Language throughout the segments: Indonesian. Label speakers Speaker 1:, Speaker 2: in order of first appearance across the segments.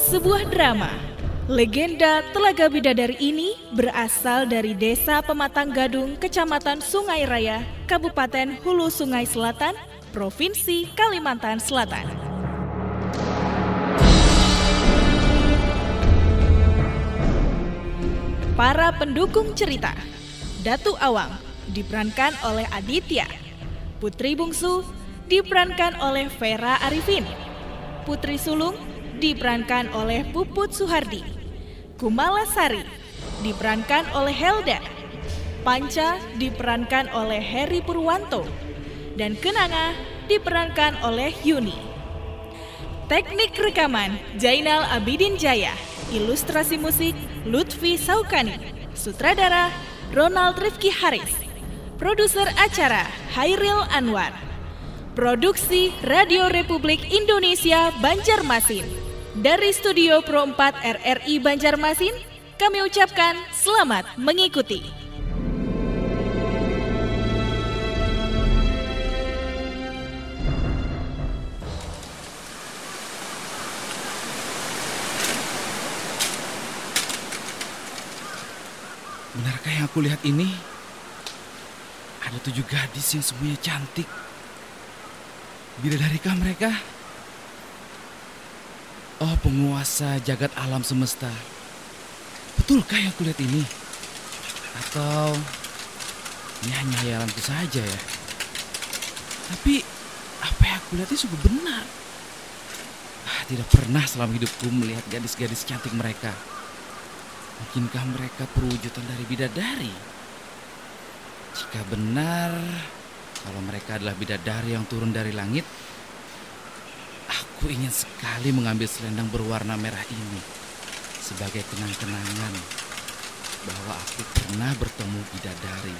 Speaker 1: Sebuah drama, legenda Telaga Bidadari ini berasal dari Desa Pematang Gadung, Kecamatan Sungai Raya, Kabupaten Hulu Sungai Selatan, Provinsi Kalimantan Selatan. Para pendukung cerita: Datu Awang diperankan oleh Aditya, Putri Bungsu diperankan oleh Vera Arifin, Putri Sulung diperankan oleh Puput Suhardi, Kumala Sari diperankan oleh Helda, Panca diperankan oleh Heri Purwanto, dan Kenanga diperankan oleh Yuni. Teknik rekaman Jainal Abidin Jaya, ilustrasi musik Lutfi Saukani, sutradara Ronald Rifki Haris, produser acara Hairil Anwar. Produksi Radio Republik Indonesia Banjarmasin. Dari Studio Pro 4 RRI Banjarmasin, kami ucapkan selamat mengikuti.
Speaker 2: Benarkah yang aku lihat ini? Ada 7 gadis yang semuanya cantik. Bidadarikah mereka? Oh, penguasa jagat alam semesta. Betulkah yang aku lihat ini? Atau ini hanya hayalanku saja ya? Tapi apa yang aku lihat ini sungguh benar. Tidak pernah selama hidupku melihat gadis-gadis cantik mereka. Mungkinkah mereka perwujudan dari bidadari? Jika benar kalau mereka adalah bidadari yang turun dari langit, aku ingin sekali mengambil selendang berwarna merah ini sebagai kenang-kenangan bahwa aku pernah bertemu bidadari.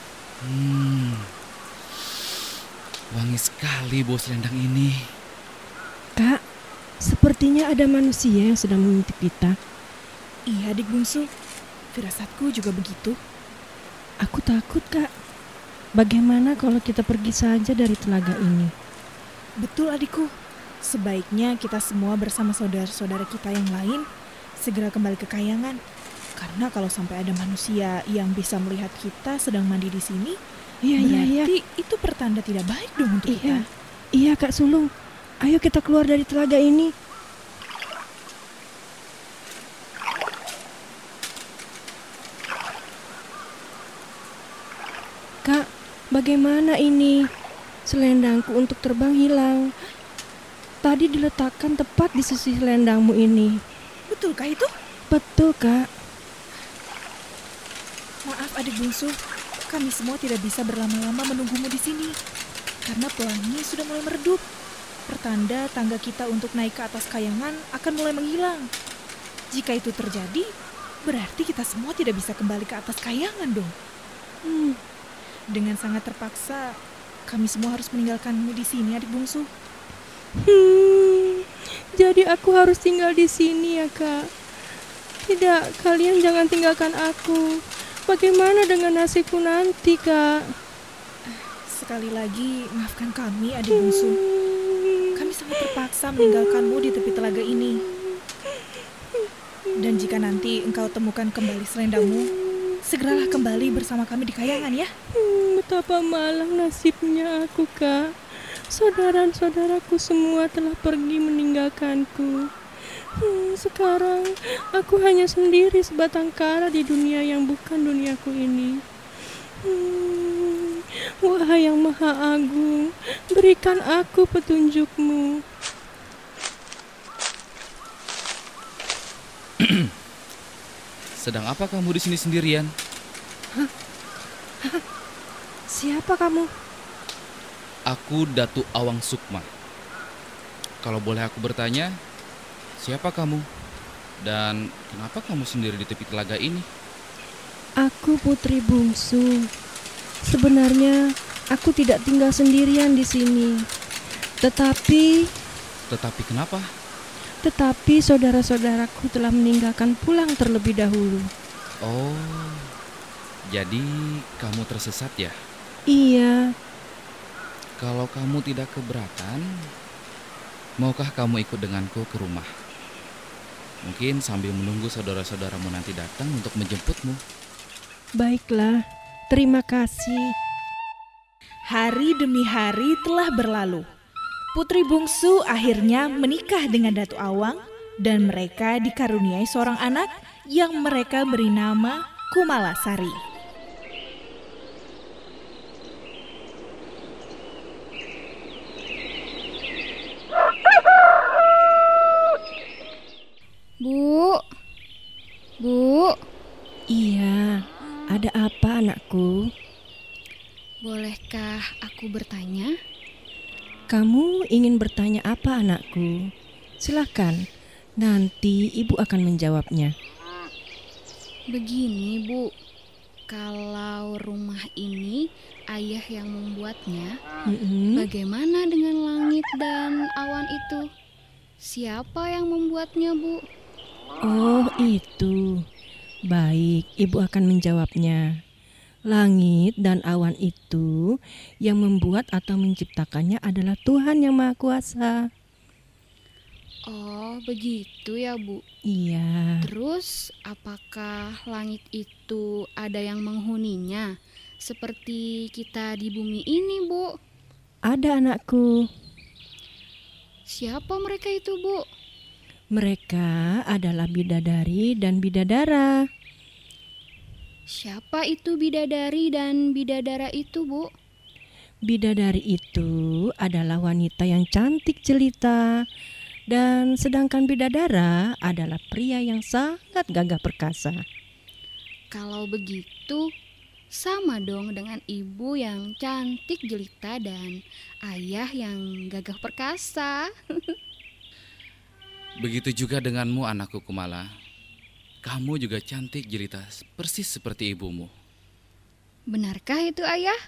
Speaker 2: Wangi sekali bau selendang ini.
Speaker 3: Kak, sepertinya ada manusia yang sedang mengintip kita.
Speaker 1: Iya, adik bungsu. Firasatku juga begitu.
Speaker 3: Aku takut, Kak. Bagaimana kalau kita pergi saja dari telaga ini?
Speaker 1: Betul, adikku. Sebaiknya kita semua bersama saudara-saudara kita yang lain segera kembali ke kayangan. Karena kalau sampai ada manusia yang bisa melihat kita sedang mandi di sini, berarti itu pertanda tidak baik dong untuk kita.
Speaker 3: Iya, Kak Sulung. Ayo kita keluar dari telaga ini. Kak, bagaimana ini? Selendangku untuk terbang hilang. Tadi diletakkan tepat di sisi selendangmu ini.
Speaker 1: Betulkah itu?
Speaker 3: Betul, Kak.
Speaker 1: Maaf adik bungsu, kami semua tidak bisa berlama-lama menunggumu di sini. Karena pelangi sudah mulai meredup. Pertanda tangga kita untuk naik ke atas kayangan akan mulai menghilang. Jika itu terjadi, berarti kita semua tidak bisa kembali ke atas kayangan dong. Dengan sangat terpaksa, kami semua harus meninggalkanmu di sini, adik bungsu.
Speaker 3: Jadi aku harus tinggal di sini ya, Kak? Tidak, kalian jangan tinggalkan aku. Bagaimana dengan nasibku nanti, Kak?
Speaker 1: Sekali lagi, maafkan kami, adik bungsu. Kami sangat terpaksa meninggalkanmu di tepi telaga ini. Dan jika nanti engkau temukan kembali selendangmu, segeralah kembali bersama kami di kayangan ya.
Speaker 3: Betapa malang nasibnya aku, Kak. Saudara-saudaraku semua telah pergi meninggalkanku. Sekarang aku hanya sendiri sebatang kara di dunia yang bukan duniaku ini. Wahai yang Maha Agung, berikan aku petunjukmu.
Speaker 2: Sedang apa kamu di sini sendirian?
Speaker 3: Siapa kamu?
Speaker 2: Aku Datu Awang Sukma. Kalau boleh aku bertanya, siapa kamu? Dan kenapa kamu sendiri di tepi telaga ini?
Speaker 3: Aku Putri Bungsu. Sebenarnya aku tidak tinggal sendirian di sini. Tetapi
Speaker 2: kenapa?
Speaker 3: Tetapi saudara-saudaraku telah meninggalkan pulang terlebih dahulu.
Speaker 2: Oh, jadi kamu tersesat ya?
Speaker 3: Iya.
Speaker 2: Kalau kamu tidak keberatan, maukah kamu ikut denganku ke rumah? Mungkin sambil menunggu saudara-saudaramu nanti datang untuk menjemputmu.
Speaker 3: Baiklah, terima kasih.
Speaker 1: Hari demi hari telah berlalu. Putri bungsu akhirnya menikah dengan Datu Awang dan mereka dikaruniai seorang anak yang mereka beri nama Kumalasari.
Speaker 4: Bu,
Speaker 3: Iya, ada apa anakku?
Speaker 4: bolehkah aku bertanya?
Speaker 3: Kamu ingin bertanya apa anakku? Silakan, nanti ibu akan menjawabnya.
Speaker 4: Begini, Bu. Kalau rumah ini ayah yang membuatnya, bagaimana dengan langit dan awan itu? Siapa yang membuatnya, Bu?
Speaker 3: Oh, itu. Baik, ibu akan menjawabnya. Langit dan awan itu yang membuat atau menciptakannya adalah Tuhan yang Maha Kuasa.
Speaker 4: Oh, begitu ya, Bu.
Speaker 3: Iya.
Speaker 4: Terus, apakah langit itu ada yang menghuninya? Seperti kita di bumi ini, Bu.
Speaker 3: Ada anakku.
Speaker 4: Siapa mereka itu, Bu?
Speaker 3: Mereka adalah bidadari dan bidadara.
Speaker 4: Siapa itu bidadari dan bidadara itu, Bu?
Speaker 3: Bidadari itu adalah wanita yang cantik jelita, dan sedangkan bidadara adalah pria yang sangat gagah perkasa.
Speaker 4: Kalau begitu, sama dong dengan ibu yang cantik jelita dan ayah yang gagah perkasa.
Speaker 2: Begitu juga denganmu, anakku Kumala. Kamu juga cantik jelita, persis seperti ibumu.
Speaker 4: Benarkah itu, ayah?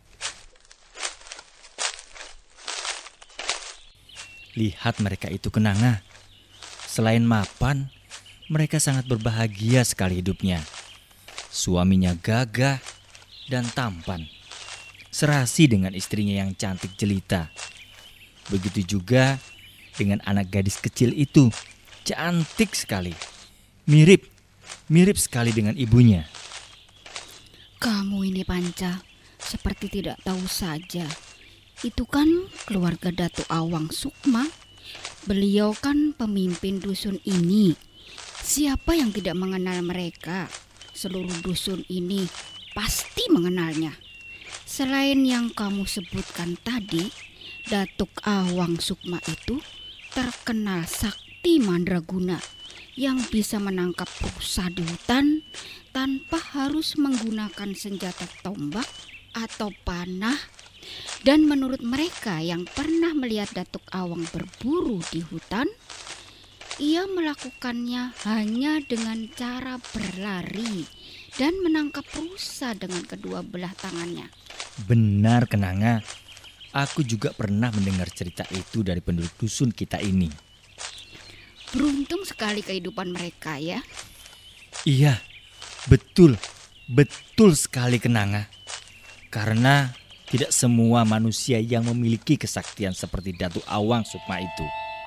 Speaker 5: Lihat mereka itu, Kenanga. Selain mapan, mereka sangat berbahagia sekali hidupnya. Suaminya gagah dan tampan, serasi dengan istrinya yang cantik jelita. Begitu juga dengan anak gadis kecil itu, cantik sekali. Mirip sekali dengan ibunya.
Speaker 4: Kamu ini Panca, seperti tidak tahu saja. Itu kan keluarga Datu Awang Sukma. Beliau kan pemimpin dusun ini. Siapa yang tidak mengenal mereka? Seluruh dusun ini pasti mengenalnya. Selain yang kamu sebutkan tadi, Datuk Awang Sukma itu terkenal sakti mandraguna yang bisa menangkap rusa di hutan tanpa harus menggunakan senjata tombak atau panah. Dan menurut mereka yang pernah melihat Datuk Awang berburu di hutan, ia melakukannya hanya dengan cara berlari dan menangkap rusa dengan kedua belah tangannya.
Speaker 5: Benar, Kenanga. Aku juga pernah mendengar cerita itu dari penduduk dusun kita ini.
Speaker 4: Beruntung sekali kehidupan mereka ya.
Speaker 5: Iya, betul sekali, Kenanga. Karena tidak semua manusia yang memiliki kesaktian seperti Datuk Awang Sukma itu.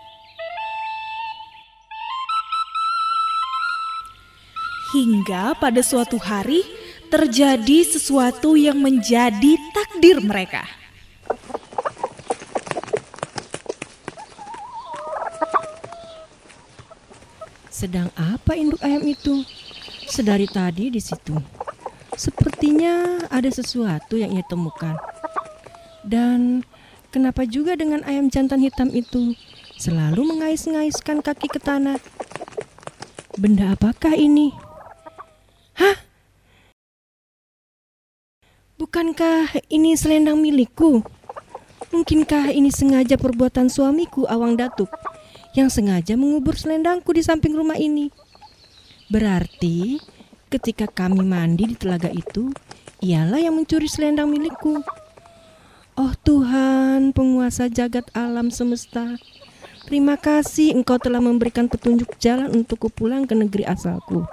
Speaker 1: Hingga pada suatu hari terjadi sesuatu yang menjadi takdir mereka.
Speaker 3: Sedang apa induk ayam itu? Sedari tadi di situ. Sepertinya ada sesuatu yang ia temukan. Dan kenapa juga dengan ayam jantan hitam itu selalu mengais-ngaiskan kaki ke tanah? Benda apakah ini? Hah? Bukankah ini selendang milikku? Mungkinkah ini sengaja perbuatan suamiku Awang Datuk yang sengaja mengubur selendangku di samping rumah ini? Berarti ketika kami mandi di telaga itu, ialah yang mencuri selendang milikku. Oh Tuhan, penguasa jagat alam semesta, terima kasih Engkau telah memberikan petunjuk jalan untukku pulang ke negeri asalku.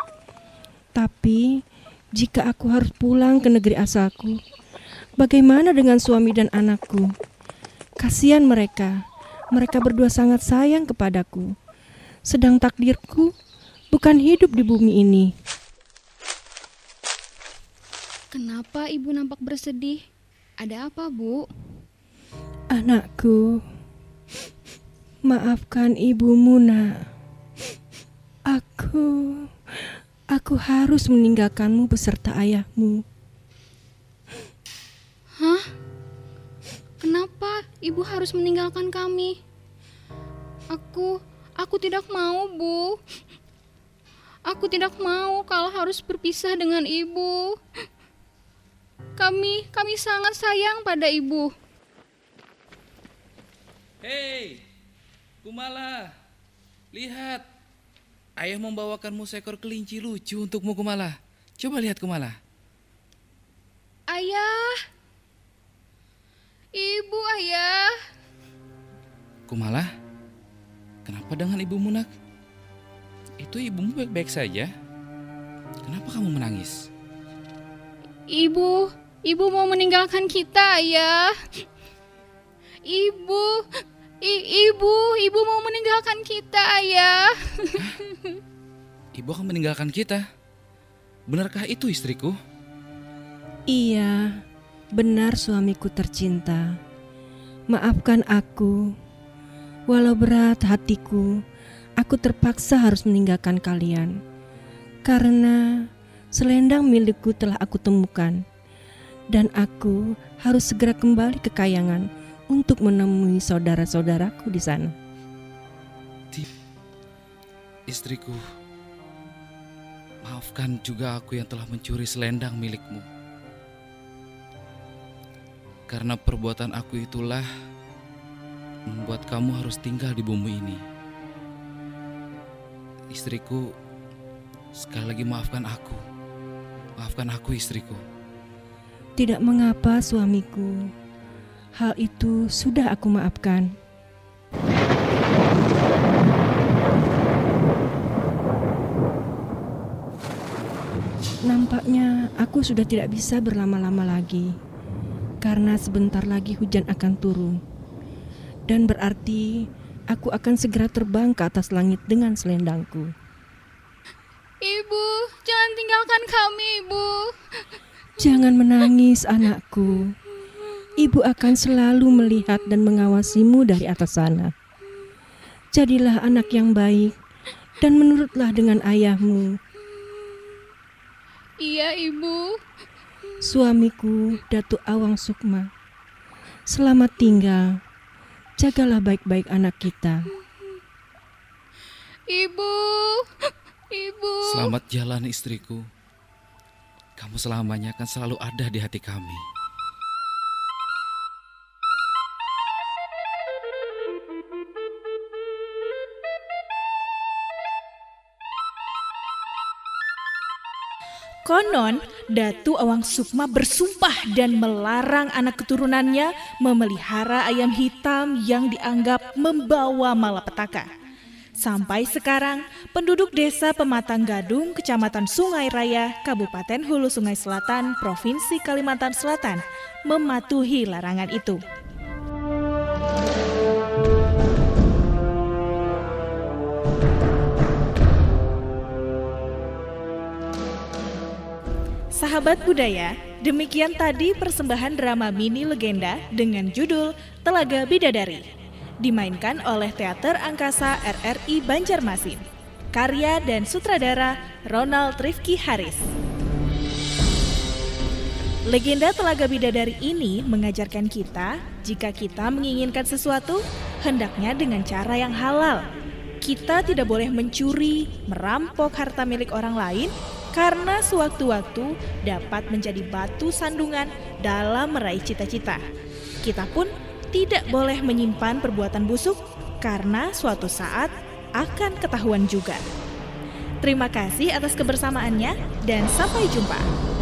Speaker 3: Tapi jika aku harus pulang ke negeri asalku, bagaimana dengan suami dan anakku? Kasihan mereka. Mereka berdua sangat sayang kepadaku. sedang takdirku bukan hidup di bumi ini.
Speaker 4: Kenapa ibu nampak bersedih? Ada apa, Bu?
Speaker 3: Anakku, maafkan ibumu, nak. Aku harus meninggalkanmu beserta ayahmu.
Speaker 4: Hah? Kenapa ibu harus meninggalkan kami? Aku tidak mau, Bu. Aku tidak mau kalau harus berpisah dengan ibu. Kami sangat sayang pada ibu.
Speaker 2: Hei, Kumala, lihat. Ayah membawakanmu seekor kelinci lucu untukmu, Kumala. Coba lihat, Kumala.
Speaker 4: Ayah. Ibu, ayah.
Speaker 2: Kumala, kenapa dengan ibumu, nak? Itu ibumu baik-baik saja. Kenapa kamu menangis?
Speaker 4: Ibu mau meninggalkan kita, ayah. Ibu mau meninggalkan kita, ayah.
Speaker 2: Ibu akan meninggalkan kita. Benarkah itu, istriku?
Speaker 3: Iya, benar suamiku tercinta. Maafkan aku. Walau berat hatiku, aku terpaksa harus meninggalkan kalian. Karena selendang milikku telah aku temukan. Dan aku harus segera kembali ke Kayangan untuk menemui saudara-saudaraku di sana.
Speaker 2: Istriku, maafkan juga aku yang telah mencuri selendang milikmu. Karena perbuatan aku itulah membuat kamu harus tinggal di bumi ini. Istriku, sekali lagi maafkan aku. Maafkan aku, istriku.
Speaker 3: Tidak mengapa, suamiku. Hal itu sudah aku maafkan. Nampaknya aku sudah tidak bisa berlama-lama lagi, karena sebentar lagi hujan akan turun. Dan berarti aku akan segera terbang ke atas langit dengan selendangku.
Speaker 4: Ibu, jangan tinggalkan kami, Ibu.
Speaker 3: Jangan menangis, anakku. Ibu akan selalu melihat dan mengawasimu dari atas sana. Jadilah anak yang baik dan menurutlah dengan ayahmu.
Speaker 4: Iya, Ibu.
Speaker 3: Suamiku, Datuk Awang Sukma. Selamat tinggal. Jagalah baik-baik anak kita.
Speaker 4: Ibu.
Speaker 2: Selamat jalan, istriku. Kamu selamanya akan selalu ada di hati kami.
Speaker 1: Konon, Datu Awang Sukma bersumpah dan melarang anak keturunannya memelihara ayam hitam yang dianggap membawa malapetaka. Sampai sekarang, penduduk desa Pematang Gadung, Kecamatan Sungai Raya, Kabupaten Hulu Sungai Selatan, Provinsi Kalimantan Selatan, mematuhi larangan itu. Sahabat budaya, demikian tadi persembahan drama mini legenda dengan judul Telaga Bidadari, dimainkan oleh Teater Angkasa RRI Banjarmasin. Karya dan sutradara Ronald Rifki Haris. Legenda Telaga Bidadari ini mengajarkan kita, jika kita menginginkan sesuatu, hendaknya dengan cara yang halal. Kita tidak boleh mencuri, merampok harta milik orang lain, karena sewaktu-waktu dapat menjadi batu sandungan dalam meraih cita-cita. Kita pun tidak boleh menyimpan perbuatan busuk, karena suatu saat akan ketahuan juga. Terima kasih atas kebersamaannya dan sampai jumpa.